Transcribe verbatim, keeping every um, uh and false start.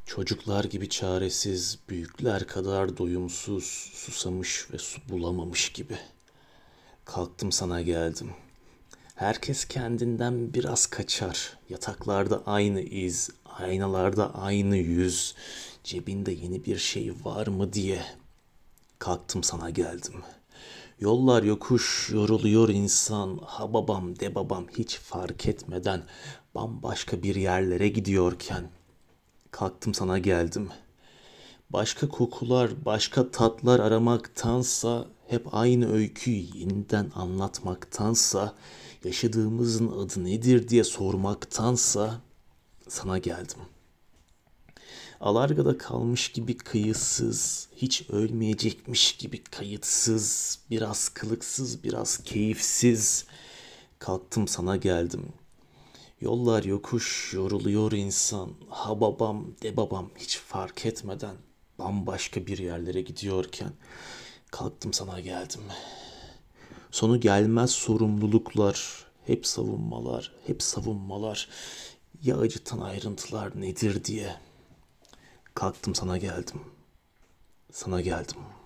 Çocuklar gibi çaresiz, büyükler kadar doyumsuz, susamış ve su bulamamış gibi. Kalktım sana geldim. Herkes kendinden biraz kaçar. Yataklarda aynı iz, aynalarda aynı yüz. Cebinde yeni bir şey var mı diye. Kalktım sana geldim. Yollar yokuş, yoruluyor insan. Ha babam de babam hiç fark etmeden bambaşka bir yerlere gidiyorken kalktım sana geldim. Başka kokular, başka tatlar aramaktansa, hep aynı öyküyü yeniden anlatmaktansa, yaşadığımızın adı nedir diye sormaktansa sana geldim. Alargada kalmış gibi kıyısız, hiç ölmeyecekmiş gibi kayıtsız, biraz kılıksız, biraz keyifsiz. Kalktım sana geldim. Yollar yokuş, yoruluyor insan. Ha babam, de babam hiç fark etmeden bambaşka bir yerlere gidiyorken kalktım sana geldim. Sonu gelmez sorumluluklar, hep savunmalar, hep savunmalar. Ya acıtan ayrıntılar nedir diye kalktım sana geldim. Sana geldim.